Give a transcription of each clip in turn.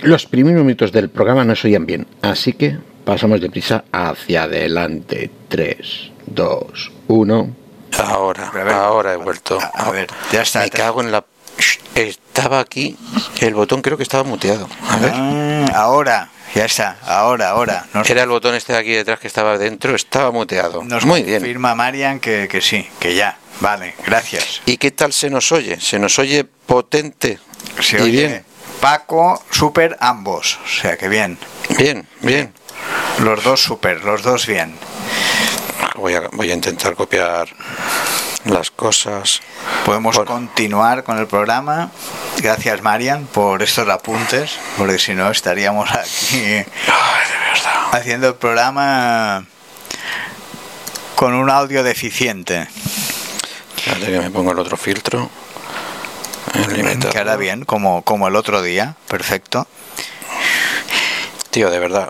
Los primeros minutos del programa no se oían bien, así que pasamos deprisa hacia adelante. 3, 2, 1. Ahora he vuelto. A ver, ya está. Me cago en la... Estaba aquí, el botón creo que estaba muteado. A ver. Ahora, ya está, ahora. Era el botón este de aquí detrás que estaba dentro, estaba muteado. Nos Muy bien. confirma Marian que sí, que ya. Vale, gracias. ¿Y qué tal se nos oye? ¿Se nos oye potente? Se y oye bien. Paco, super ambos, o sea que bien. Bien. Los dos super, los dos bien. Voy a intentar copiar las cosas. Podemos continuar con el programa. Gracias, Marian, por estos apuntes, porque si no estaríamos aquí Ay, de verdad. haciendo el programa con un audio deficiente. Espérate que me pongo el otro filtro. El limitador. Que hará bien, como el otro día. Perfecto. Tío, de verdad.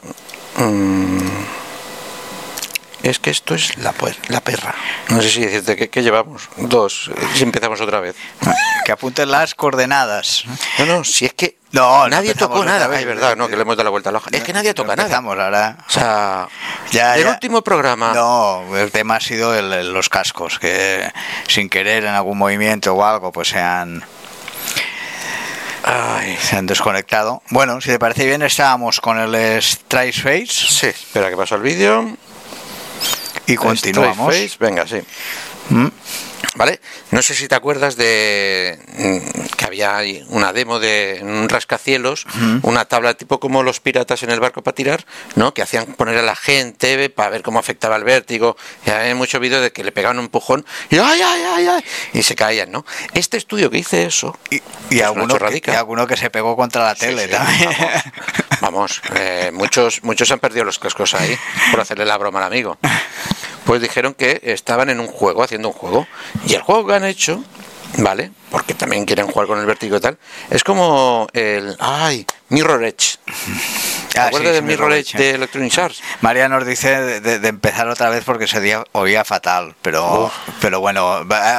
Es que esto es la perra. No sé si decirte que llevamos 2, si empezamos otra vez. Que apunten las coordenadas. No, si es que nadie tocó nada. Es verdad, no, que le hemos dado la vuelta a la hoja. Es que nadie toca nada. Empezamos ahora. O sea, Ya. último programa. No, el tema ha sido los cascos, que sin querer en algún movimiento o algo, pues se han desconectado. Bueno, si te parece bien, estábamos con el Strice Face. Sí, espera que paso el vídeo. Y continuamos. Face, venga, sí. ¿Vale? No sé si te acuerdas de que había ahí una demo de un rascacielos, una tabla tipo como los piratas en el barco para tirar, ¿no? Que hacían poner a la gente para ver cómo afectaba el vértigo. Y hay muchos vídeos de que le pegaban un empujón y ¡ay! Y se caían, ¿no? Este estudio que hice eso y alguno que se pegó contra la tele también. Vamos, muchos han perdido los cascos ahí por hacerle la broma al amigo. Pues dijeron que estaban en un juego, haciendo un juego, y el juego que han hecho, ¿vale? Porque también quieren jugar con el vértigo y tal, es como el Mirror Edge. ¿Te acuerdas del Mirror Edge de Electronic Arts? María nos dice de empezar otra vez porque se oía fatal, pero bueno,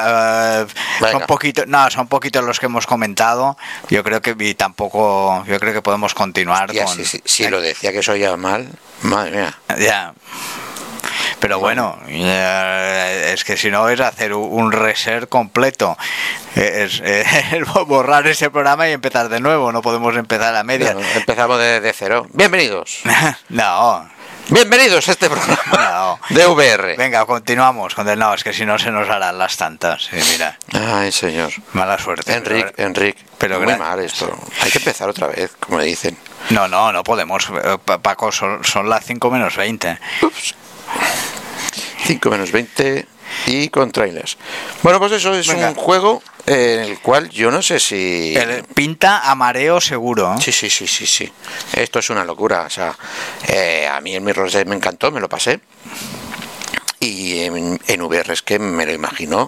son poquitos los que hemos comentado. Yo creo que podemos continuar. Si lo decía que se oía mal, madre mía. Ya. Pero bueno, es que si no es hacer un reset completo, es borrar ese programa y empezar de nuevo, no podemos empezar a medias. No, empezamos de cero. Bienvenidos. No. Bienvenidos a este programa de VR. Venga, continuamos con es que si no se nos harán las tantas. Mira. Ay, señor. Mala suerte. Enrique. Pero muy mal esto. Hay que empezar otra vez, como le dicen. No podemos. Paco, son las 5 menos 20. Ups. 5 menos 20 y con trailers. Bueno, pues eso es un juego en el cual yo no sé si... Pinta a mareo seguro. Sí. Esto es una locura. O sea, a mí el Mirror Edge me encantó, me lo pasé. Y en VR es que me lo imagino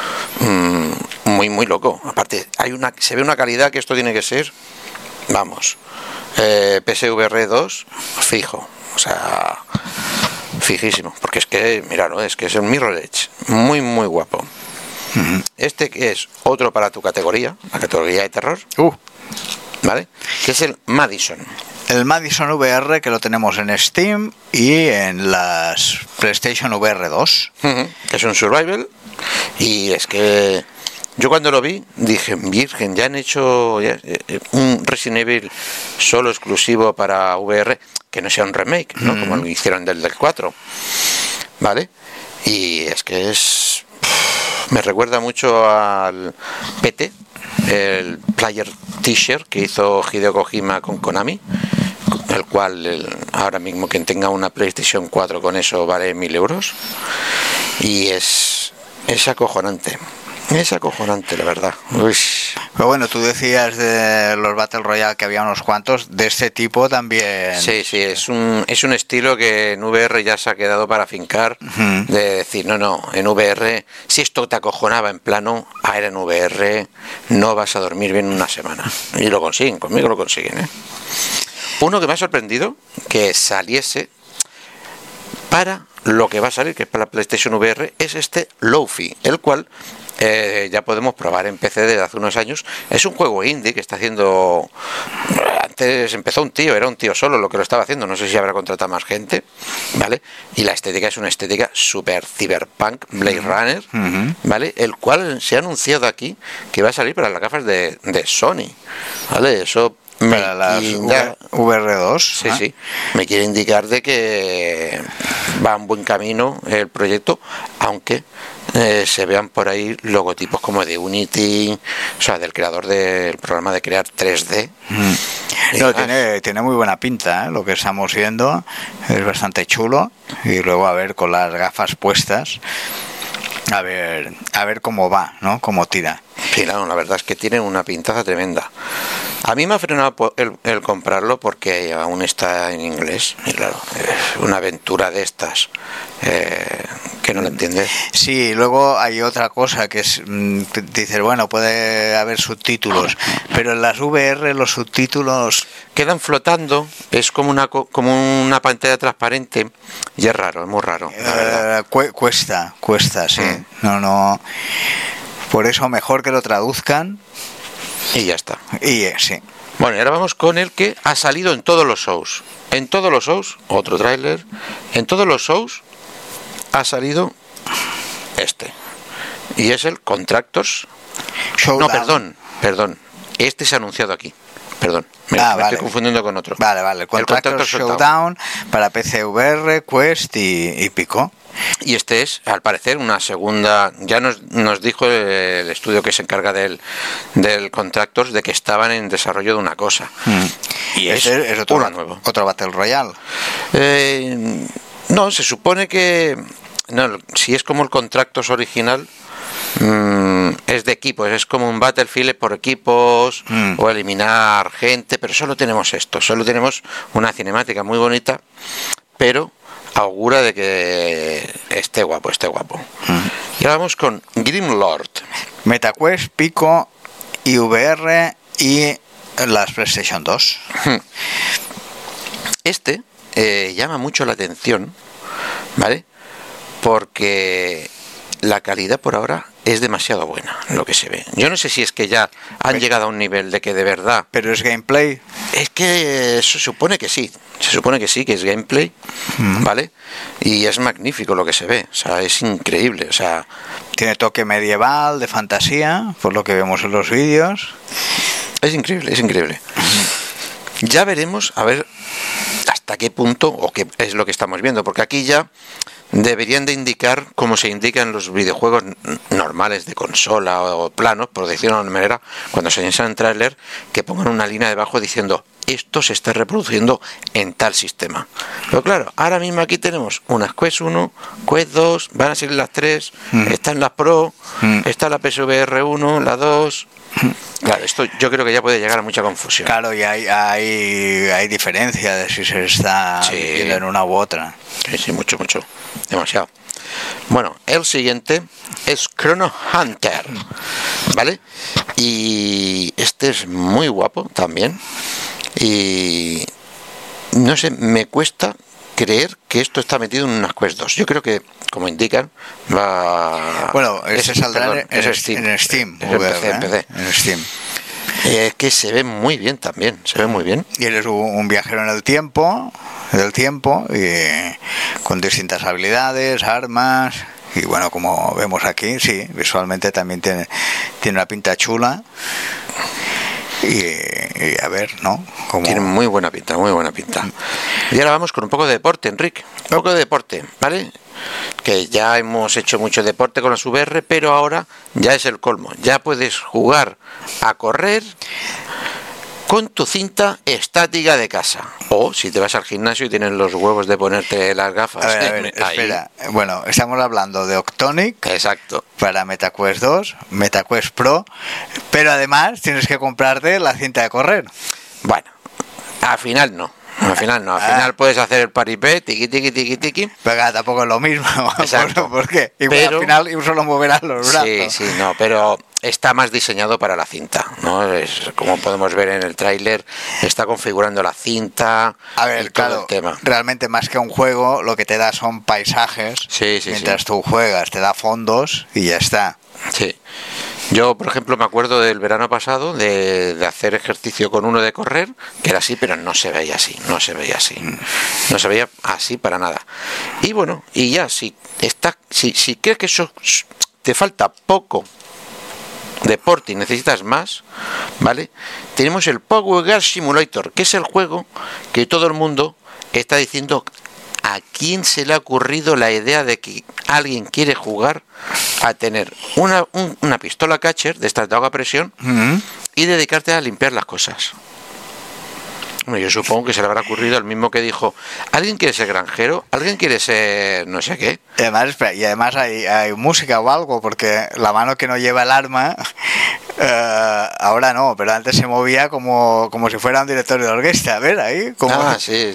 muy loco. Aparte, se ve una calidad que esto tiene que ser, vamos, PSVR 2 fijo. O sea... fijísimo, porque es que, míralo, es que es el Mirror Edge, muy guapo. Este que es otro para tu categoría, la categoría de terror, ¿vale? Que es el Madison. El Madison VR, que lo tenemos en Steam y en las PlayStation VR 2. Que es un survival, y es que yo cuando lo vi dije, virgen, ya han hecho un Resident Evil solo exclusivo para VR, que no sea un remake, ¿no? Como lo hicieron del 4, ¿vale? Y es que me recuerda mucho al PT, el Player T-shirt que hizo Hideo Kojima con Konami, el cual ahora mismo quien tenga una PlayStation 4 con eso vale 1.000 euros, y es acojonante. Es acojonante, la verdad. Uy. Pero bueno, tú decías de los Battle Royale que había unos cuantos, de este tipo también. Sí, es un estilo que en VR ya se ha quedado para fincar, de decir, no, en VR, si esto te acojonaba en plano, ahora en VR no vas a dormir bien una semana. Y lo consiguen, conmigo lo consiguen, ¿eh? Uno que me ha sorprendido, que saliese para lo que va a salir, que es para la PlayStation VR, es este Lo-Fi, el cual... ya podemos probar en PC desde hace unos años. Es un juego indie que está haciendo antes empezó un tío, era un tío solo lo que lo estaba haciendo, no sé si habrá contratado más gente, ¿vale? Y la estética es una estética super cyberpunk, Blade Runner, ¿vale? El cual se ha anunciado aquí que va a salir para las gafas de Sony, ¿vale? Eso para las VR2. Sí, sí. Me quiere indicar de que va en buen camino el proyecto, aunque se vean por ahí logotipos como de Unity, o sea, del creador del programa de crear 3D. No, tiene muy buena pinta, ¿eh? Lo que estamos viendo es bastante chulo, y luego a ver con las gafas puestas, a ver cómo va, ¿no? Cómo tira. Sí, claro, la verdad es que tiene una pintaza tremenda. A mí me ha frenado el comprarlo porque aún está en inglés. Y claro, es una aventura de estas que no lo entiendes. Sí, luego hay otra cosa que es, dices, bueno, puede haber subtítulos, pero en las VR los subtítulos quedan flotando, es como una pantalla transparente y es raro, es muy raro. La verdad. Cuesta, sí. No. Por eso mejor que lo traduzcan. Y ya está. Y sí. Bueno, y ahora vamos con el que ha salido en todos los shows. En todos los shows, otro tráiler. En todos los shows ha salido este. Y es el Contractors Showdown. No, perdón. Este se ha anunciado aquí. Perdón. Me estoy confundiendo con otro. Vale. Contractors Showdown para PC VR, Quest y Pico. Y este es, al parecer, una segunda. Ya nos dijo el estudio que se encarga del Contractors de que estaban en desarrollo de una cosa. Y es otro nuevo. Otro Battle Royale. No, se supone que no, si es como el Contractors original, es de equipos, es como un Battlefield por equipos o eliminar gente, pero solo tenemos esto, solo tenemos una cinemática muy bonita, pero augura de que esté guapo. Y ahora vamos con Grimlord. MetaQuest, Pico y VR y las PlayStation 2. Este llama mucho la atención, ¿vale? Porque la calidad por ahora es demasiado buena, lo que se ve. Yo no sé si es que ya han llegado a un nivel de que de verdad... ¿Pero es gameplay? Es que se supone que sí, que es gameplay, ¿vale? Y es magnífico lo que se ve, o sea, es increíble, o sea... Tiene toque medieval, de fantasía, por lo que vemos en los vídeos. Es increíble. Ya veremos, a ver hasta qué punto, o qué es lo que estamos viendo, porque aquí ya... deberían de indicar, como se indica en los videojuegos normales de consola o planos, por decirlo de una manera, cuando se inicia un tráiler, que pongan una línea debajo diciendo esto se está reproduciendo en tal sistema. Pero claro, ahora mismo aquí tenemos unas Quest 1, Quest 2, van a ser las 3, están las Pro, está la PSVR 1, la 2... Claro, esto yo creo que ya puede llegar a mucha confusión. Claro, y hay diferencia de si se está viendo en una u otra. Sí, mucho, demasiado. Bueno, el siguiente es Chrono Hunter, ¿vale? Y este es muy guapo también. Y no sé, me cuesta creer que esto está metido en unas Quest 2. Yo creo que, como indican, va... Bueno, ese saldrá en Steam. En Steam. Que se ve muy bien también, Y él es un viajero en el tiempo, y con distintas habilidades, armas, y bueno, como vemos aquí, sí, visualmente también tiene una pinta chula. Y a ver, ¿no? Tiene muy buena pinta. Y ahora vamos con un poco de deporte, Enrique. Un poco de deporte, ¿vale? Que ya hemos hecho mucho deporte con las VR, pero ahora ya es el colmo. Ya puedes jugar a correr con tu cinta estática de casa. O si te vas al gimnasio y tienes los huevos de ponerte las gafas. A ver, espera. Bueno, estamos hablando de Octonic. Exacto. Para MetaQuest 2, MetaQuest Pro, pero además tienes que comprarte la cinta de correr. Bueno, al final no. Al final puedes hacer el paripé, tiqui. Pero tampoco es lo mismo. Exacto. ¿Por qué? Igual al final solo moverás los brazos. Sí, no, pero está más diseñado para la cinta, ¿no? Es, como podemos ver en el tráiler, está configurando la cinta. A ver, claro, el tema. Realmente más que un juego, lo que te da son paisajes. Sí, mientras tú juegas, te da fondos y ya está. Sí. Yo, por ejemplo, me acuerdo del verano pasado de hacer ejercicio con uno de correr, que era así, pero no se veía así, no se veía así para nada. Y bueno, y ya, si crees que eso te falta poco deporte y necesitas más, ¿vale? Tenemos el Power Girl Simulator, que es el juego que todo el mundo está diciendo. ¿A quién se le ha ocurrido la idea de que alguien quiere jugar a tener una pistola catcher de estas de agua a presión y dedicarte a limpiar las cosas? Bueno, yo supongo que se le habrá ocurrido al mismo que dijo, ¿alguien quiere ser granjero? ¿Alguien quiere ser no sé qué? Y además hay música o algo, porque la mano que no lleva el arma, ahora no, pero antes se movía como si fuera un director de orquesta, a ver, ahí. Sí.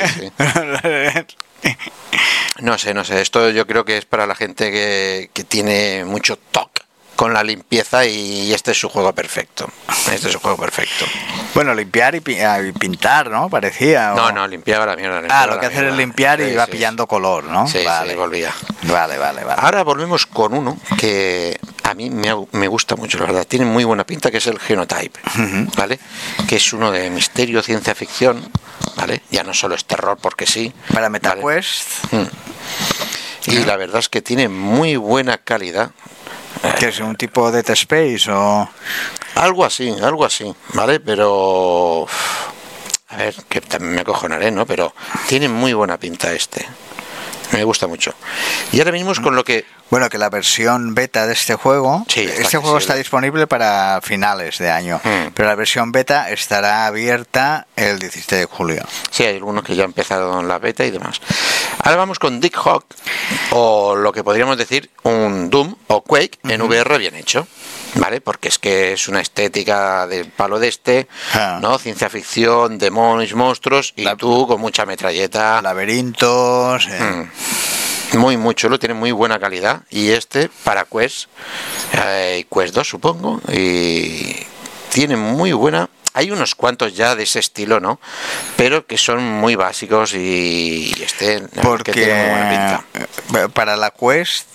No sé, esto yo creo que es para la gente que tiene mucho toque con la limpieza y este es su juego perfecto. Bueno, limpiar y pintar, ¿no? Parecía. No, limpiaba la mierda. Lo que hacer es limpiar y va pillando color, ¿no? Sí, vale. Sí, volvía. Vale. Ahora volvemos con uno que a mí me gusta mucho, la verdad. Tiene muy buena pinta, que es el Genotype, ¿vale? Que es uno de misterio, ciencia ficción, ¿vale? Ya no solo es terror porque sí. Para MetaQuest. ¿Vale? Y la verdad es que tiene muy buena calidad. ¿Que es un tipo de Dead Space o...? Algo así, ¿vale? Pero... A ver, que también me acojonaré, ¿no? Pero tiene muy buena pinta este. Me gusta mucho. Y ahora venimos con lo que... Bueno, que la versión beta de este juego... Sí, este juego está disponible para finales de año, pero la versión beta estará abierta el 17 de julio. Sí, hay algunos que ya han empezado en la beta y demás. Ahora vamos con Dick Hawk, o lo que podríamos decir un Doom o Quake en VR bien hecho, ¿vale? Porque es que es una estética del palo de ¿no? Ciencia ficción, demonios, monstruos, y tú con mucha metralleta. Laberintos... Muy chulo, tiene muy buena calidad. Y este para Quest, Quest 2 supongo, y tiene muy buena. Hay unos cuantos ya de ese estilo, ¿no? Pero que son muy básicos y porque que tiene muy buena pinta. Para la Quest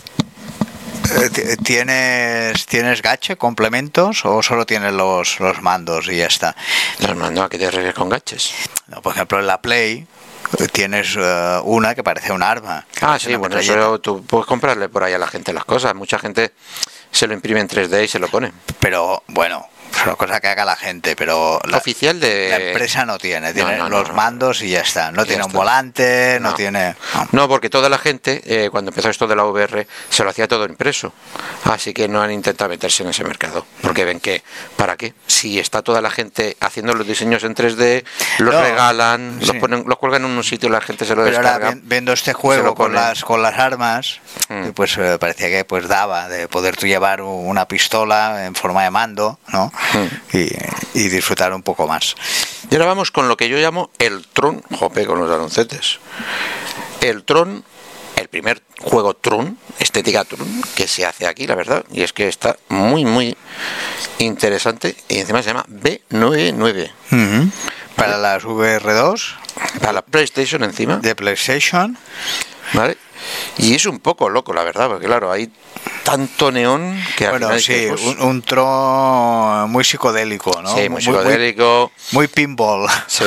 ¿tienes gache, complementos o solo tienes los mandos y ya está? Los mandos, ¿a qué te refieres con gaches? No, por ejemplo, en la Play tienes una que parece un arma. Sí, bueno, eso tú puedes comprarle por ahí a la gente las cosas. Mucha gente se lo imprime en 3D y se lo pone. Pero bueno, es una cosa que haga la gente, pero oficial de la empresa no tiene los mandos y ya está. No tiene un volante, no tiene... No, porque toda la gente, cuando empezó esto de la VR, se lo hacía todo impreso. Así que no han intentado meterse en ese mercado. Porque ven que, ¿para qué? Si está toda la gente haciendo los diseños en 3D, los regalan, los cuelgan en un sitio y la gente se lo descarga. Pero ahora, viendo este juego con las armas, pues parecía que pues daba de poder tú llevar una pistola en forma de mando, ¿no? Y disfrutar un poco más. Y ahora vamos con lo que yo llamo el Tron, jope con los baloncetes. El Tron, el primer juego Tron, estética Tron, que se hace aquí, la verdad, y es que está muy interesante, y encima se llama B99. Para las VR2, para la PlayStation encima. De PlayStation. ¿Vale? Y es un poco loco, la verdad, porque claro, hay tanto neón que al final sí, un Tron muy psicodélico, ¿no? Sí, muy psicodélico. Muy pinball. Sí.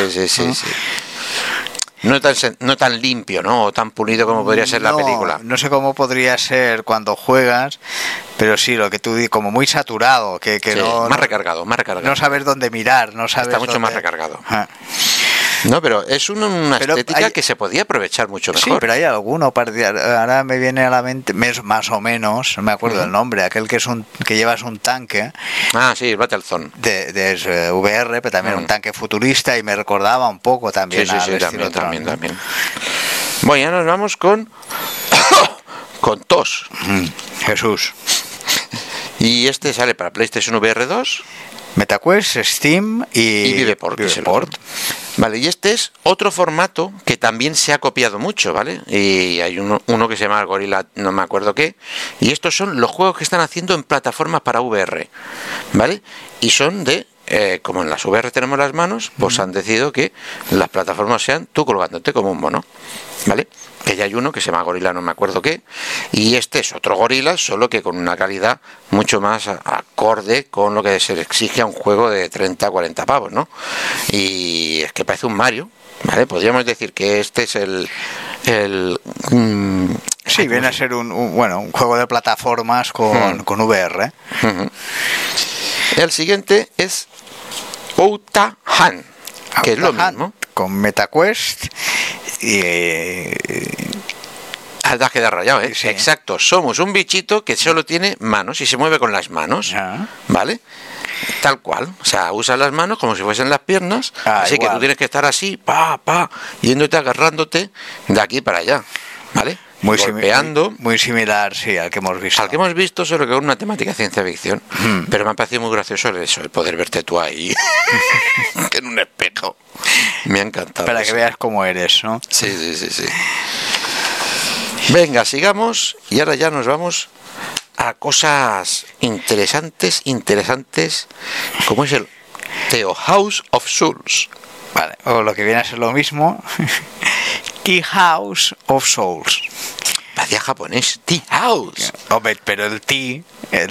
No tan limpio, ¿no? O tan pulido como podría ser la película. No sé cómo podría ser cuando juegas, pero sí, lo que tú dices, como muy saturado, que sí, no... Más recargado. No saber dónde mirar, no sabes. Está mucho más recargado. No, pero es una estética que se podía aprovechar mucho mejor. Sí, pero hay alguno, ahora me viene a la mente, más o menos, no me acuerdo del nombre, aquel que llevas un tanque. Sí, el Battlezone. De VR, pero también un tanque futurista, y me recordaba un poco también al estilo Tron. También. Bueno, ya nos vamos con TOS. Jesús. Y este sale para PlayStation VR 2, MetaQuest, Steam y Viveport. Vale, y este es otro formato que también se ha copiado mucho, ¿vale? Y hay uno que se llama Gorilla, no me acuerdo qué, y estos son los juegos que están haciendo en plataformas para VR, ¿vale? Y son de como en las VR tenemos las manos, pues han decidido que las plataformas sean tú colgándote como un mono, ¿vale? Que ya hay uno que se llama Gorila, no me acuerdo qué, y este es otro Gorila, solo que con una calidad mucho más acorde con lo que se le exige a un juego de 30 a 40 pavos, ¿no? Y es que parece un Mario, ¿vale? Podríamos decir que este es sí, viene a ser un juego de plataformas con VR. El siguiente es Outa Han, que es lo mismo. Con MetaQuest y... Has quedado rayado, ¿eh? Sí. Exacto, somos un bichito que solo tiene manos y se mueve con las manos, ¿vale? Tal cual, o sea, usas las manos como si fuesen las piernas, así igual. que tú tienes que estar así, yéndote, agarrándote de aquí para allá, ¿vale? Golpeando. Muy similar, sí, al que hemos visto. Al que hemos visto, solo que con una temática de ciencia ficción. Pero me ha parecido muy gracioso eso, el poder verte tú ahí en un espejo. Me ha encantado. Para que veas cómo eres, ¿no? Sí. Venga, sigamos y ahora ya nos vamos a cosas interesantes, como es el Teo House of Souls. Vale, o lo que viene a ser lo mismo, Tea House of Souls. Parecía japonés, Tea House. Hombre, pero el té, es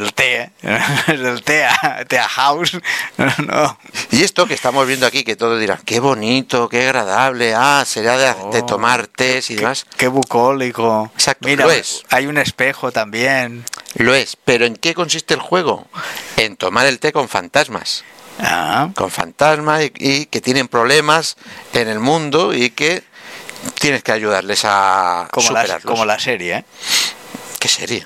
el Tea House, no. Y esto que estamos viendo aquí, que todos dirán, qué bonito, qué agradable, será de tomar tés y demás. Qué bucólico. Exacto, mira, lo es. Hay un espejo también. Lo es, pero ¿en qué consiste el juego? En tomar el té con fantasmas. Con fantasmas y que tienen problemas en el mundo y que tienes que ayudarles a superarlos. Como la serie, ¿eh? ¿Qué serie?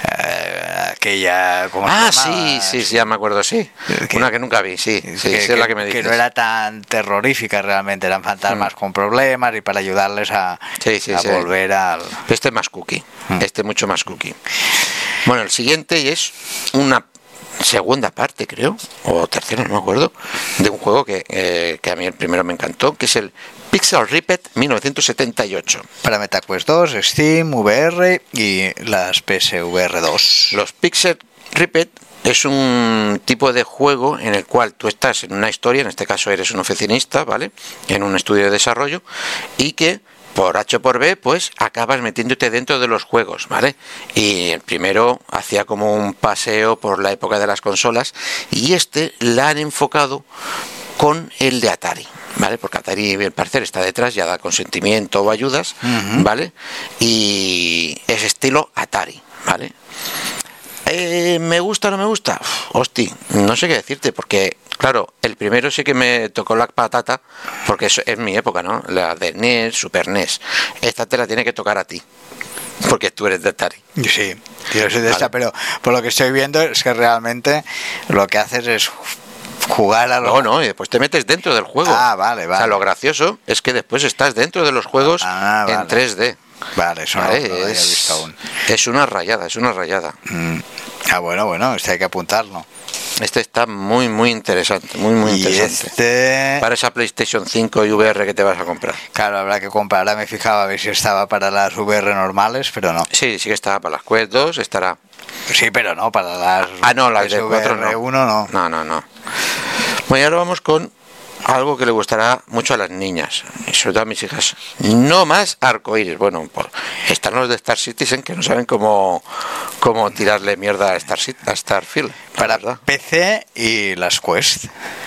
Aquella... ¿cómo se llamaba? Sí, ya me acuerdo, sí. Una que nunca vi, sí, es la que me dices. Que no era tan terrorífica realmente, eran fantasmas con problemas y para ayudarles a volver al... Este es más cookie, este mucho más cookie. Bueno, el siguiente es una segunda parte, creo, o tercera, no me acuerdo, de un juego que a mí el primero me encantó, que es el Pixel Ripped 1978. Para MetaQuest 2, Steam, VR y las PSVR 2. Los Pixel Ripped es un tipo de juego en el cual tú estás en una historia, en este caso eres un oficinista, ¿vale? En un estudio de desarrollo, y que por H o por B, pues acabas metiéndote dentro de los juegos, ¿vale? Y el primero hacía como un paseo por la época de las consolas, y este la han enfocado con el de Atari, ¿vale? Porque Atari, al parecer, está detrás, ya da consentimiento o ayudas, ¿vale? Y es estilo Atari, ¿vale? ¿Me gusta o no me gusta? Hostia, no sé qué decirte, porque claro, el primero sí que me tocó la patata, porque es mi época, ¿no? La de NES, Super NES. Esta te la tiene que tocar a ti, porque tú eres de Atari. Sí, yo soy de esta, pero por lo que estoy viendo es que realmente lo que haces es jugar a los... No, y después te metes dentro del juego. Vale. O sea, lo gracioso es que después estás dentro de los juegos vale. en 3D. Vale, eso ¿vale? no lo había visto aún. Es una rayada. Bueno, este hay que apuntarlo. Este está muy interesante, muy interesante. Para esa PlayStation 5 y VR que te vas a comprar. Claro, habrá que comprar. Ahora me fijaba a ver si estaba para las VR normales, pero no. Sí que estaba para las Quest 2, estará. Sí, pero no, para las... no, las de 4 no. 1 no. No. Bueno, y ahora vamos con algo que le gustará mucho a las niñas, y sobre todo a mis hijas. No más arcoíris. Bueno, están los de Star Citizen que no saben cómo tirarle mierda a Starfield. Para PC y las Quest.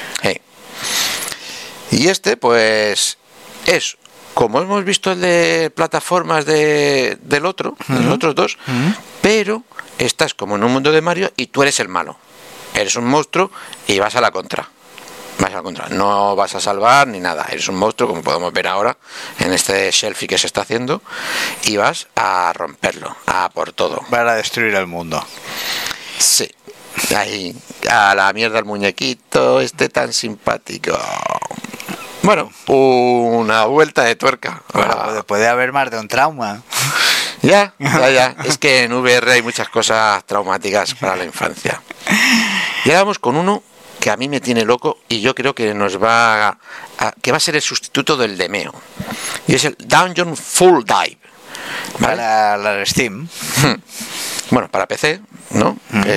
Y este, pues, es como hemos visto el de plataformas del otro, de los otros dos, pero estás como en un mundo de Mario y tú eres el malo. Eres un monstruo y vas a la contra. No vas a salvar ni nada, eres un monstruo, como podemos ver ahora en este selfie que se está haciendo, y vas a romperlo, a por todo. Para destruir el mundo. Sí, ahí, a la mierda el muñequito, tan simpático. Bueno, una vuelta de tuerca. Bueno, puede haber más de un trauma. Ya. Es que en VR hay muchas cosas traumáticas para la infancia. Y ahora vamos con uno que a mí me tiene loco y yo creo que que va a ser el sustituto del Demeo, y es el Dungeon Full Dive, ¿vale? Para la Steam. bueno, para PC, ¿no?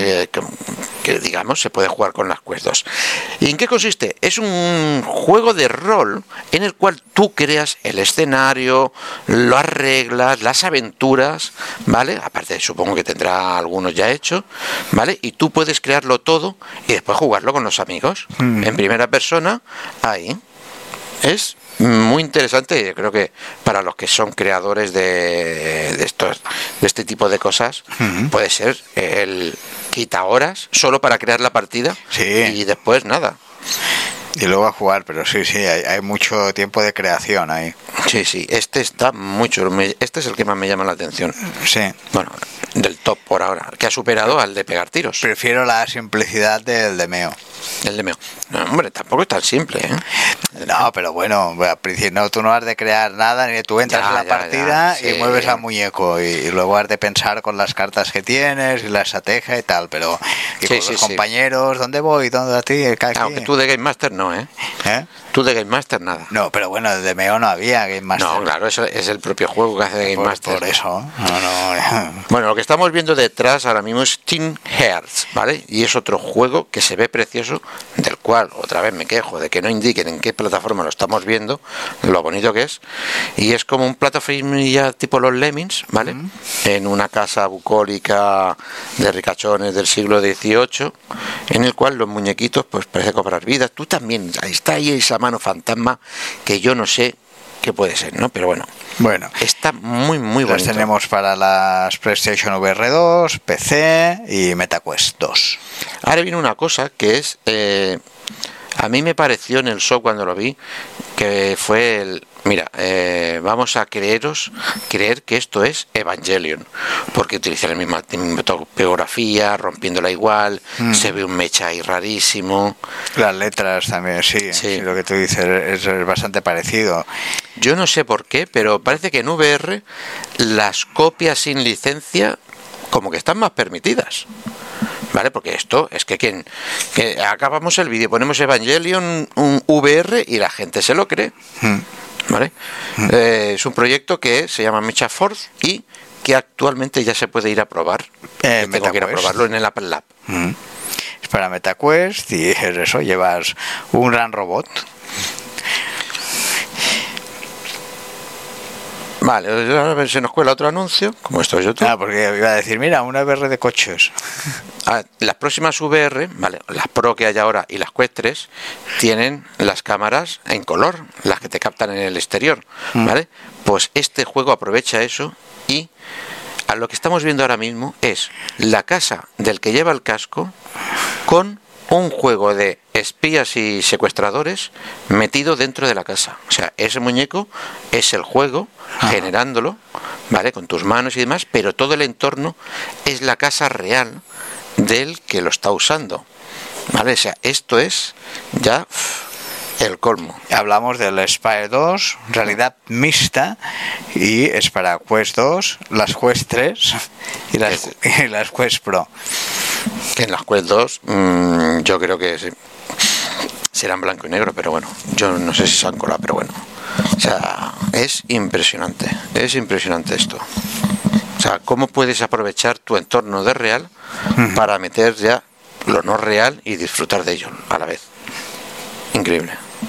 Que digamos se puede jugar con las Quest 2. ¿Y en qué consiste? Es un juego de rol en el cual tú creas el escenario, las reglas, las aventuras, ¿vale? Aparte, supongo que tendrá algunos ya hechos, ¿vale? Y tú puedes crearlo todo y después jugarlo con los amigos en primera persona. Ahí es muy interesante, y creo que para los que son creadores de este tipo de cosas puede ser el quita horas solo para crear la partida y después nada. Y luego a jugar, pero sí, hay mucho tiempo de creación ahí. Sí, este está mucho. Este es el que más me llama la atención. Sí. Bueno, del top por ahora, que ha superado al de pegar tiros. Prefiero la simplicidad del Demeo. El Demeo. No, hombre, tampoco es tan simple, ¿eh? No, pero bueno, al principio no, tú no has de crear nada, ni tú entras en la partida y mueves al muñeco y luego has de pensar con las cartas que tienes y la estrategia y tal, pero y con los compañeros, ¿dónde voy? ¿Dónde a ti? Aunque tú de Game Master no, ¿eh? Tú de Game Master nada. No, pero bueno, el Demeo no había Game Master. No, claro, eso es el propio juego que hace de Game Master. Por eso. No. Bueno, lo que estamos viendo detrás ahora mismo es Team Hearts, ¿vale? Y es otro juego que se ve precioso, del cual otra vez me quejo de que no indiquen en qué plataforma lo estamos viendo, lo bonito que es. Y es como un plataforma tipo los Lemmings, ¿vale? En una casa bucólica de ricachones del siglo XVIII, en el cual los muñequitos pues parece cobrar vida. Tú también, está ahí esa mano fantasma que yo no sé qué puede ser, ¿no? Pero bueno, está muy bonito. Los tenemos para las PlayStation VR 2, PC y MetaQuest 2. Ahora viene una cosa que es, a mí me pareció en el show cuando lo vi, que fue el, mira, vamos a creer que esto es Evangelion, porque utiliza la misma tipografía, rompiéndola igual, se ve un mecha ahí rarísimo. Las letras también, sí, lo que tú dices es bastante parecido. Yo no sé por qué, pero parece que en VR las copias sin licencia como que están más permitidas. ¿Vale? Porque esto es que acabamos el vídeo, ponemos Evangelion un VR y la gente se lo cree. ¿Vale? Es un proyecto que se llama Mecha Force y que actualmente ya se puede ir a probar. Tengo que ir a probarlo en el Apple Lab. Es para MetaQuest y es eso, llevas un gran robot. Vale, a ver si nos cuela otro anuncio, como esto es YouTube. Porque iba a decir, mira, una VR de coches. Las próximas VR, vale, las Pro que hay ahora y las Quest 3 tienen las cámaras en color, las que te captan en el exterior, ¿vale? Pues este juego aprovecha eso y a lo que estamos viendo ahora mismo es la casa del que lleva el casco con un juego de espías y secuestradores metido dentro de la casa. O sea, ese muñeco es el juego generándolo, ¿vale? Con tus manos y demás, pero todo el entorno es la casa real del que lo está usando, ¿vale? O sea, esto es ya el colmo. Hablamos del Spire 2, realidad mixta, y es para Quest 2, las Quest 3 y las Quest Pro. En las Quest 2 yo creo que serán blanco y negro, pero bueno, yo no sé si se han colado, pero bueno, o sea, es impresionante esto. O sea, cómo puedes aprovechar tu entorno de real para meter ya lo no real y disfrutar de ello a la vez. Increíble.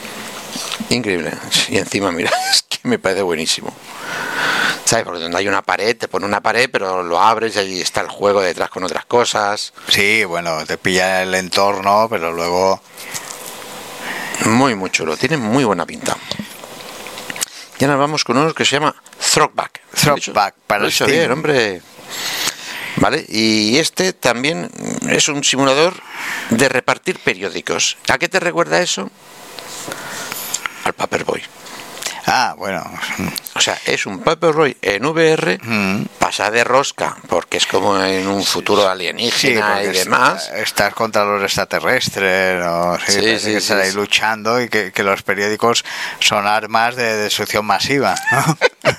Y encima, mira, es que me parece buenísimo. ¿Sabes? Porque donde hay una pared, te pone una pared, pero lo abres y allí está el juego detrás con otras cosas. Sí, bueno, te pilla el entorno, pero luego... Muy chulo, tiene muy buena pinta. Ya nos vamos con uno que se llama Throwback. Throwback, para el Steam. Bien, hombre. ¿Vale? Y este también es un simulador de repartir periódicos. ¿A qué te recuerda eso? Al Paperboy. Bueno. O sea, es un Paperboy en VR, pasa de rosca, porque es como en un futuro alienígena y demás. Estás contra los extraterrestres, ¿no? Que están ahí luchando y que los periódicos son armas de destrucción masiva, ¿no?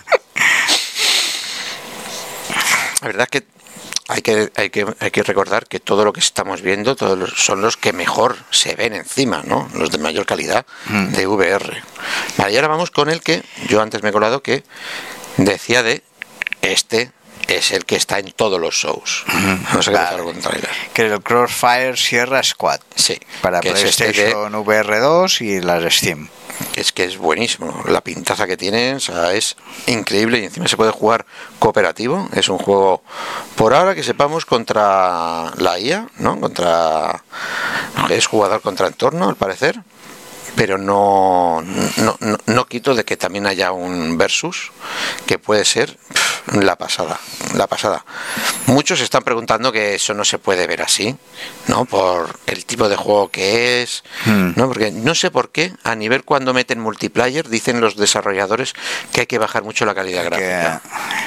La verdad es que hay que recordar que todo lo que estamos viendo son los que mejor se ven encima, ¿no? Los de mayor calidad de VR. Vale, y ahora vamos con el que yo antes me he colado, que decía de este es el que está en todos los shows. No sé qué Vale. pasa con el trailer. Que es el Crossfire Sierra Squad. Sí, Para que es este PlayStation VR 2 y las Steam. es que es buenísimo. La pintaza que tiene, o sea, es increíble y encima se puede jugar cooperativo. Es un juego, por ahora que sepamos, contra la IA, ¿no? Es jugador contra entorno, al parecer. Pero no quito de que también haya un versus que puede ser la pasada. Muchos están preguntando que eso no se puede ver así, ¿no? Por el tipo de juego que es, ¿no? Porque no sé por qué a nivel cuando meten multiplayer dicen los desarrolladores que hay que bajar mucho la calidad gráfica.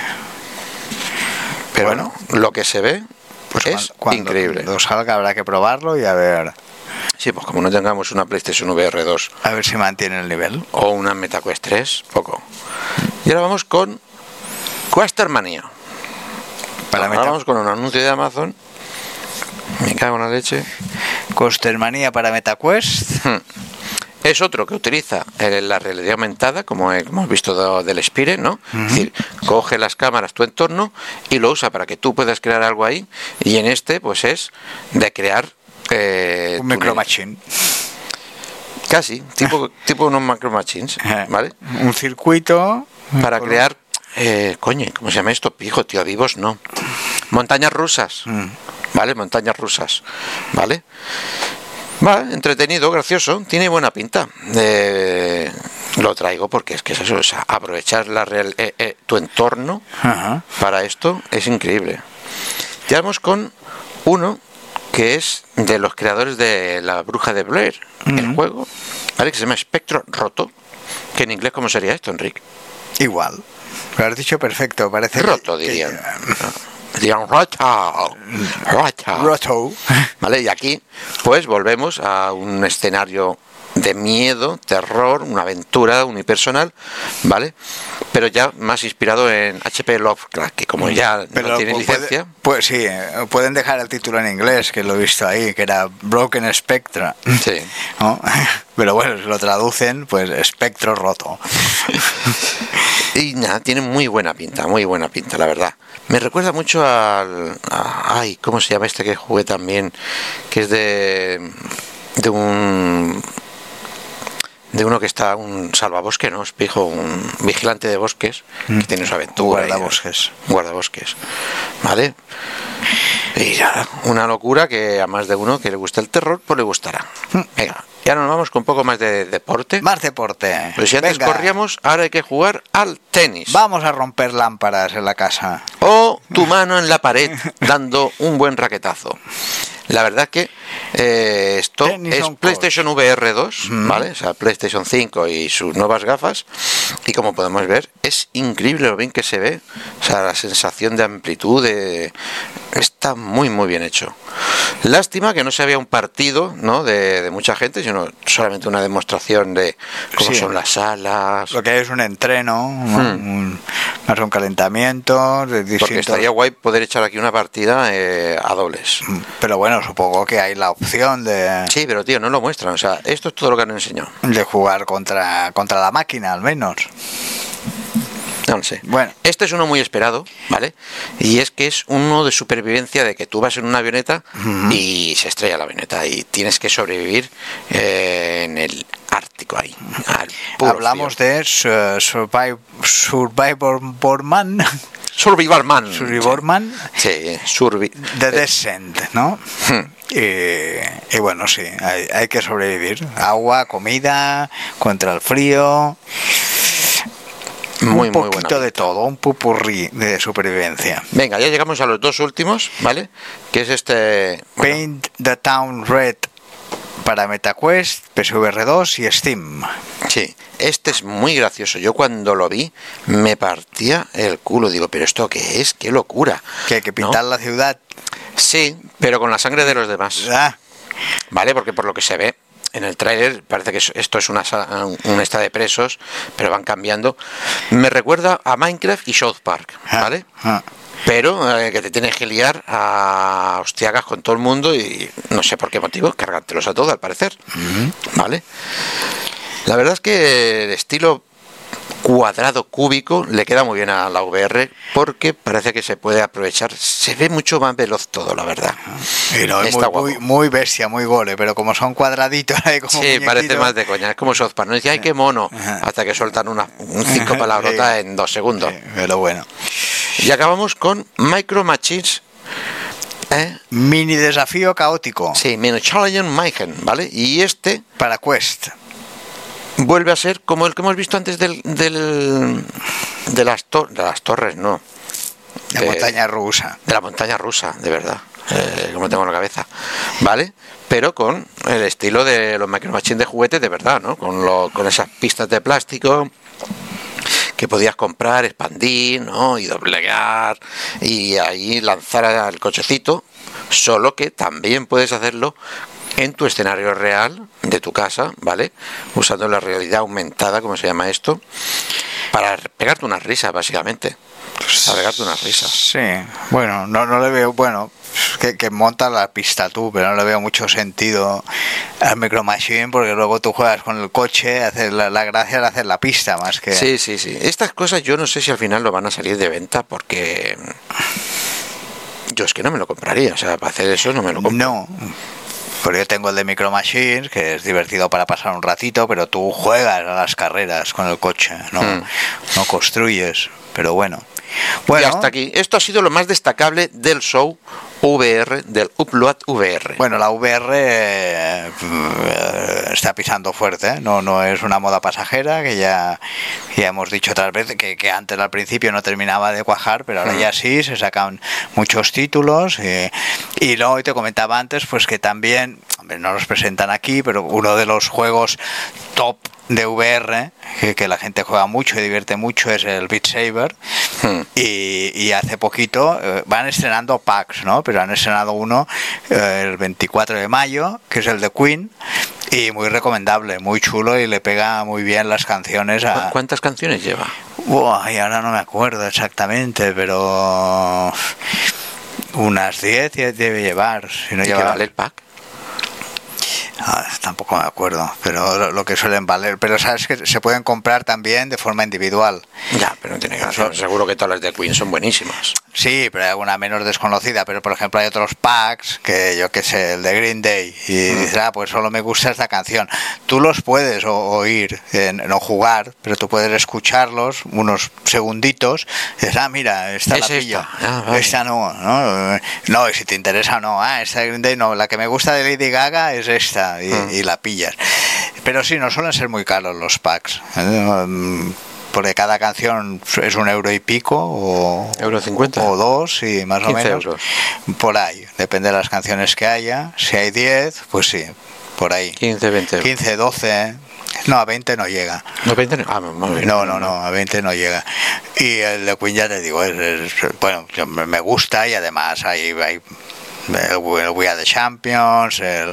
Pero bueno, lo que se ve Pues es cuando increíble. Cuando salga habrá que probarlo y a ver Sí, pues como no tengamos una PlayStation VR 2 si mantiene el nivel. o una MetaQuest 3, poco. Y ahora vamos con Quastermania. Ahora vamos con un anuncio de Amazon. Me cago en la leche. Costermanía para MetaQuest. Es otro que utiliza la realidad aumentada, como hemos visto del Spire, ¿no? Es decir, coge las cámaras, tu entorno, y lo usa para que tú puedas crear algo ahí. Y en este, pues es de crear Un Micro Machine. Casi, tipo unos Macro Machines, ¿vale? Un circuito. Para crear, ¿cómo se llama esto? Pijo, tío, vivos no. Montañas rusas, ¿vale? Montañas rusas, ¿vale? Va, entretenido, gracioso, tiene buena pinta. Lo traigo porque es que es eso, o sea, aprovechar tu entorno para esto es increíble. Ya vamos con uno que es de los creadores de La Bruja de Blair, el juego, ¿vale? Que se llama Espectro Roto, que en inglés, ¿cómo sería esto, Enrique? Igual. Lo has dicho perfecto, parece Roto, dirían. Dirían roto. Roto. Vale, y aquí pues volvemos a un escenario de miedo, terror, una aventura unipersonal, ¿vale? Pero ya más inspirado en H.P. Lovecraft, que como ya no tiene licencia... Pues sí, pueden dejar el título en inglés, que lo he visto ahí, que era Broken Spectra. Sí. ¿No? Pero bueno, si lo traducen, pues espectro roto. Y nada, tiene muy buena pinta, la verdad. Me recuerda mucho ay, ¿cómo se llama este que jugué también? Que es de uno que está, un salvabosque, ¿no? Pijo, un vigilante de bosques que tiene su aventura. Guardabosques. ¿Vale? Y ya, una locura que a más de uno que le gusta el terror, pues le gustará. Venga, ya nos vamos con un poco más de deporte. Más deporte. Pues si antes corríamos, ahora hay que jugar al tenis. Vamos a romper lámparas en la casa. O tu mano en la pared dando un buen raquetazo. La verdad que esto es PlayStation VR 2, ¿vale? O sea, PlayStation 5 y sus nuevas gafas. Y como podemos ver, es increíble lo bien que se ve. O sea, la sensación de amplitud está muy, muy bien hecho. Lástima que no se había un partido, ¿no? de mucha gente, sino solamente una demostración de cómo son las salas. Lo que hay es un entreno, más un calentamiento. Porque estaría guay poder echar aquí una partida a dobles. Pero bueno, supongo que hay la opción de... Sí, pero tío, no lo muestran. O sea, esto es todo lo que han enseñado. De jugar contra la máquina, al menos. No lo sé. Bueno. Este es uno muy esperado, ¿vale? Y es que es uno de supervivencia, de que tú vas en una avioneta y se estrella la avioneta y tienes que sobrevivir en el Ártico ahí. Hablamos de Survivor Man. Survivor Man. Survivor Man. Sí, The Descent, ¿no? Y bueno, sí, hay que sobrevivir. Agua, comida, contra el frío. Un poquito de todo, un pupurrí de supervivencia. Venga, ya llegamos a los dos últimos, ¿vale? Que es este... Paint the Town Red para MetaQuest, PSVR 2 y Steam. Sí, este es muy gracioso. Yo cuando lo vi me partía el culo. Digo, ¿pero esto qué es? ¡Qué locura! ¿Que hay que pintar la ciudad? Sí, pero con la sangre de los demás. ¿Vale? Porque por lo que se ve en el tráiler parece que esto es un esta de presos, pero van cambiando. Me recuerda a Minecraft y South Park, ¿vale? Pero que te tienes que liar a hostiagas con todo el mundo y no sé por qué motivo, cargártelos a todos al parecer, ¿vale? La verdad es que el estilo cuadrado cúbico le queda muy bien a la VR porque parece que se puede aprovechar, se ve mucho más veloz todo, la verdad. Y no, es muy bestia, muy gole, pero como son cuadraditos ahí como sí, parece más de coña, es como South Park, no dice ay qué mono, hasta que sueltan un 5 palabrotas en 2 segundos. Sí, pero bueno. Y acabamos con Micro Machines. Mini desafío caótico. Sí, Mini Challenge Mayhem, ¿vale? Y este para Quest vuelve a ser como el que hemos visto antes de las torres, no. La montaña rusa. De la montaña rusa, de verdad. Como tengo en la cabeza. ¿Vale? Pero con el estilo de los Micro Machines de juguete de verdad, ¿no? Con esas pistas de plástico que podías comprar, expandir, ¿no? Y doblegar y ahí lanzar al cochecito, solo que también puedes hacerlo en tu escenario real de tu casa, ¿vale? Usando la realidad aumentada, como se llama esto, para pegarte unas risas, básicamente. Para pegarte unas risas. Sí, bueno, no le veo, bueno, que monta la pista tú, pero no le veo mucho sentido al Micro Machine porque luego tú juegas con el coche, hacer la gracia de hacer la pista más que... Sí. Estas cosas yo no sé si al final lo van a salir de venta porque yo es que no me lo compraría, o sea, para hacer eso no me lo compro. No. Pero yo tengo el de Micro Machines, que es divertido para pasar un ratito, pero tú juegas a las carreras con el coche, no construyes, pero bueno. Y hasta aquí. Esto ha sido lo más destacable del show VR, del Upload VR. Bueno, la VR está pisando fuerte, ¿eh? No es una moda pasajera, que ya hemos dicho otras veces que antes al principio no terminaba de cuajar, pero ahora ya sí, se sacan muchos títulos y luego te comentaba antes pues que también, hombre, no los presentan aquí, pero uno de los juegos top de VR que la gente juega mucho y divierte mucho es el Beat Saber. Y hace poquito van estrenando packs, ¿no? Pero han estrenado uno el 24 de mayo, que es el de Queen, y muy recomendable, muy chulo y le pega muy bien las canciones a... ¿Cuántas canciones lleva? Y ahora no me acuerdo exactamente, pero unas 10 debe llevar. Si no lleva... ¿Qué vale el pack? Tampoco me acuerdo, pero lo que suelen valer, pero sabes que se pueden comprar también de forma individual. Ya, pero no tiene que ser. Seguro que todas las de Queen son buenísimas. Sí, pero hay alguna menos desconocida, pero por ejemplo hay otros packs que yo que sé, el de Green Day, y dices, pues solo me gusta esta canción. Tú los puedes oír, no jugar, pero tú puedes escucharlos unos segunditos y dices, mira, esta la pillo, vale. Esta no, y si te interesa no, esta de Green Day no, la que me gusta de Lady Gaga es esta, y la pillas. Pero sí, no suelen ser muy caros los packs, porque cada canción es €1 y pico o €1.50 o 2 y más o menos euros. Por ahí, depende de las canciones que haya. Si hay 10, pues sí, por ahí 15, 20 euros. 15, 12, no, a 20 no llega. ¿No 20? Muy bien. No, a 20 no llega. Y el de Queen, ya te digo, bueno, me gusta, y además hay el We Are the Champions, el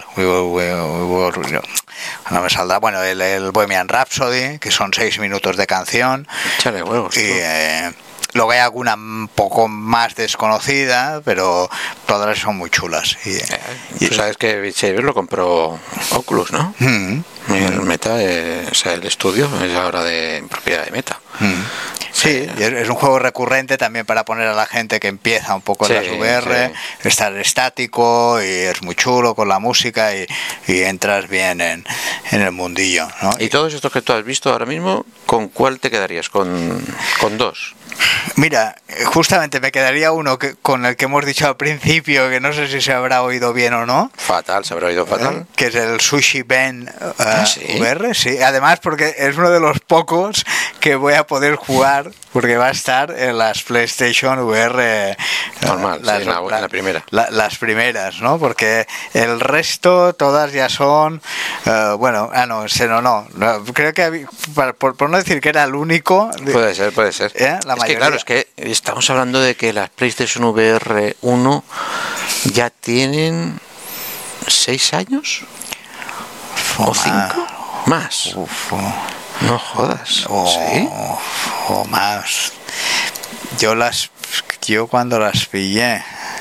no me saldrá, bueno, el Bohemian Rhapsody, que son 6 minutos de canción. Échale huevos. Y luego hay alguna un poco más desconocida, pero todas son muy chulas. Tú sabes que Beat Saber lo compró Oculus, ¿no? El Meta, o sea, el estudio es ahora de propiedad de Meta. Sí, y es un juego recurrente también para poner a la gente que empieza un poco en las VR, estar estático, y es muy chulo con la música y entras bien en el mundillo, ¿no? Y todos estos que tú has visto ahora mismo, ¿con cuál te quedarías? ¿Con dos? Mira, justamente me quedaría uno con el que hemos dicho al principio, que no sé si se habrá oído bien o no. Fatal, se habrá oído fatal. Que es el Sushi Ben ¿sí? VR, sí. Además, porque es uno de los pocos que voy a poder jugar, porque va a estar en las PlayStation VR normal, en la primera. Las primeras, ¿no? Porque el resto todas ya son creo que por no decir que era el único. Puede ser. La mayoría. Que claro, es que estamos hablando de que las PlayStation VR 1 ya tienen 6 años o 5 más. No jodas. ¿Sí? O más. Yo cuando las pillé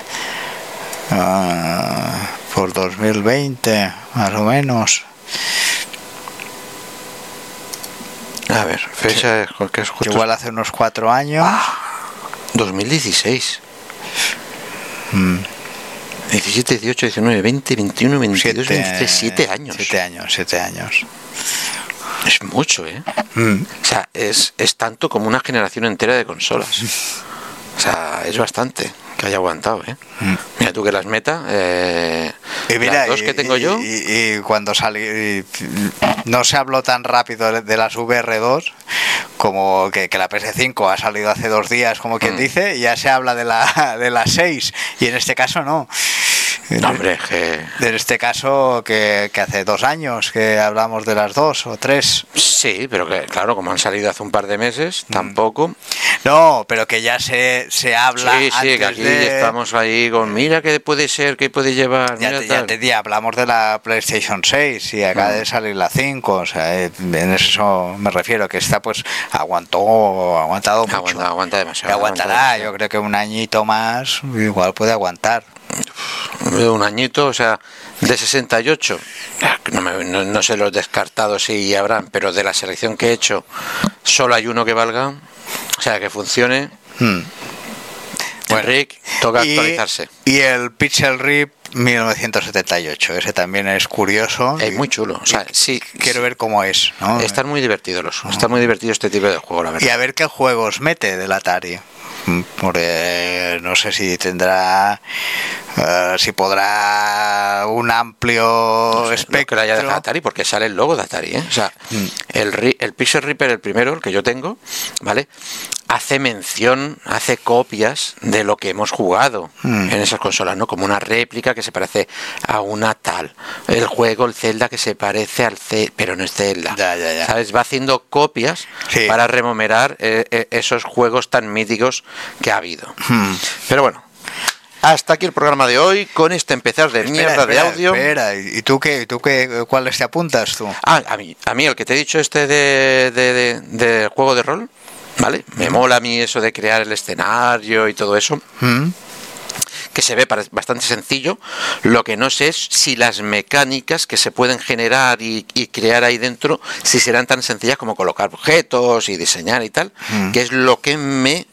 por 2020 más o menos. A ver, fecha que es justo... Igual hace unos 4 años. 2016. 17, 18, 19, 20, 21, 22, 23, 7 años. 7 años. Es mucho, ¿eh? O sea, es tanto como una generación entera de consolas. O sea, es bastante que haya aguantado, ¿eh? Mira tú que las Meta, y mira, las dos que tengo yo... Y cuando salí... No se habló tan rápido de las VR2 como que la PS5 ha salido hace 2 días, como quien dice, y ya se habla de la 6, y en este caso no. No, hombre, que... En este caso, que hace 2 años que hablamos de las 2 o 3. Sí, pero que claro, como han salido hace un par de meses, tampoco. No, pero que ya se habla. Sí, antes que aquí de... estamos ahí con mira que puede ser, que puede llevar. Ya hablamos de la PlayStation 6 y acaba de salir la 5, o sea, en eso me refiero, que esta pues aguantado mucho. Aguanta demasiado. Y aguantará, yo creo que un añito más igual puede aguantar. Un añito, o sea, de 68, no sé los descartados si habrán, pero de la selección que he hecho, solo hay uno que valga, o sea, que funcione. Enrique, toca actualizarse. Y el Pixel Rip 1978, ese también es curioso. Es muy chulo, o sea, sí. Quiero ver cómo es, ¿no? Están muy divertidos está muy divertido este tipo de juego, la verdad. Y a ver qué juegos mete del Atari. Porque no sé si tendrá, si podrá un amplio espectro. No que lo haya dejado Atari, porque sale el logo de Atari, ¿eh? O sea, el Pixel Reaper, el primero, el que yo tengo, ¿vale? Hace copias de lo que hemos jugado en esas consolas, ¿no? Como una réplica que se parece a una tal. El juego, el Zelda, que se parece al pero no es Zelda. Ya. ¿Sabes? Va haciendo copias para rememorar esos juegos tan míticos que ha habido. Pero bueno, hasta aquí el programa de hoy con este empezar de mierda de audio. Espera, ¿y tú qué? ¿Cuáles te apuntas tú? A mí el que te he dicho de juego de rol, ¿vale? Me mola a mí eso de crear el escenario y todo eso. Que se ve bastante sencillo. Lo que no sé es si las mecánicas que se pueden generar y crear ahí dentro, si serán tan sencillas como colocar objetos y diseñar y tal, que es lo que me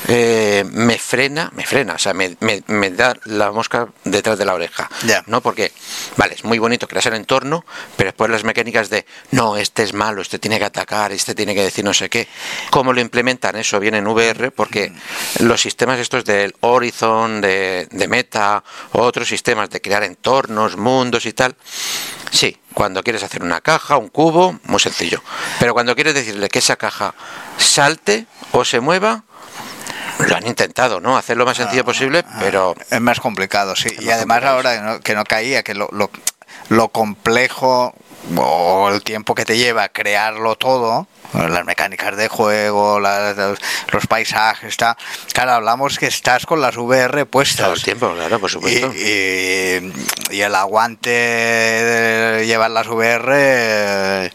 frena, o sea, me da la mosca detrás de la oreja, ¿no? Porque, vale, es muy bonito crear el entorno, pero después las mecánicas de, no, este es malo, este tiene que atacar, este tiene que decir no sé qué, ¿cómo lo implementan eso bien en VR? Porque los sistemas estos del Horizon, de Meta, o otros sistemas de crear entornos, mundos y tal, sí, cuando quieres hacer una caja, un cubo, muy sencillo, pero cuando quieres decirle que esa caja salte o se mueva, lo han intentado, ¿no? Hacer lo más sencillo posible, pero... Es más complicado, sí. Y además ahora que no caía, que lo complejo o el tiempo que te lleva crearlo todo, las mecánicas de juego, los paisajes, está. Claro, hablamos que estás con las VR puestas. Todo el tiempo, claro, por supuesto. Y el aguante de llevar las VR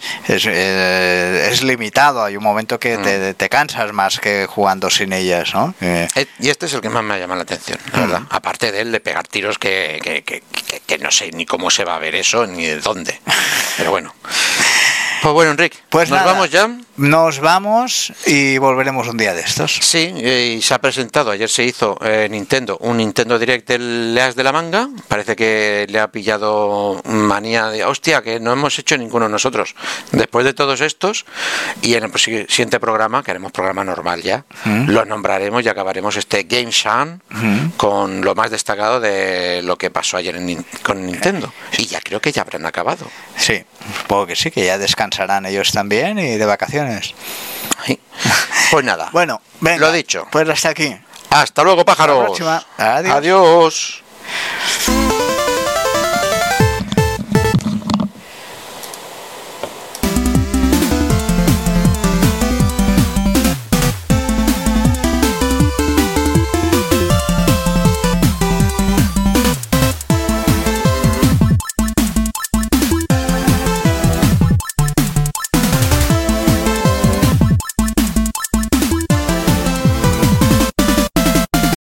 es limitado. Hay un momento que te cansas más que jugando sin ellas, ¿no? Y este es el que más me ha llamado la atención, la verdad. Aparte de él de pegar tiros que no sé ni cómo se va a ver eso, ni de dónde. Pero bueno. Pues bueno, Enrique, pues ¿nos nada, vamos ya? Nos vamos y volveremos un día de estos. Sí, y se ha presentado, ayer se hizo Nintendo, un Nintendo Direct del as de la manga. Parece que le ha pillado manía de, hostia, que no hemos hecho ninguno nosotros. Después de todos estos, y en el siguiente programa, que haremos programa normal ya, lo nombraremos y acabaremos este Game Shan con lo más destacado de lo que pasó ayer con Nintendo. Y ya creo que ya habrán acabado. Sí, supongo que sí, que ya descansarán ellos también y de vacaciones. Sí. Pues nada, bueno, venga, lo dicho. Pues hasta aquí. Hasta luego, pájaros. Hasta la próxima. Adiós. Adiós.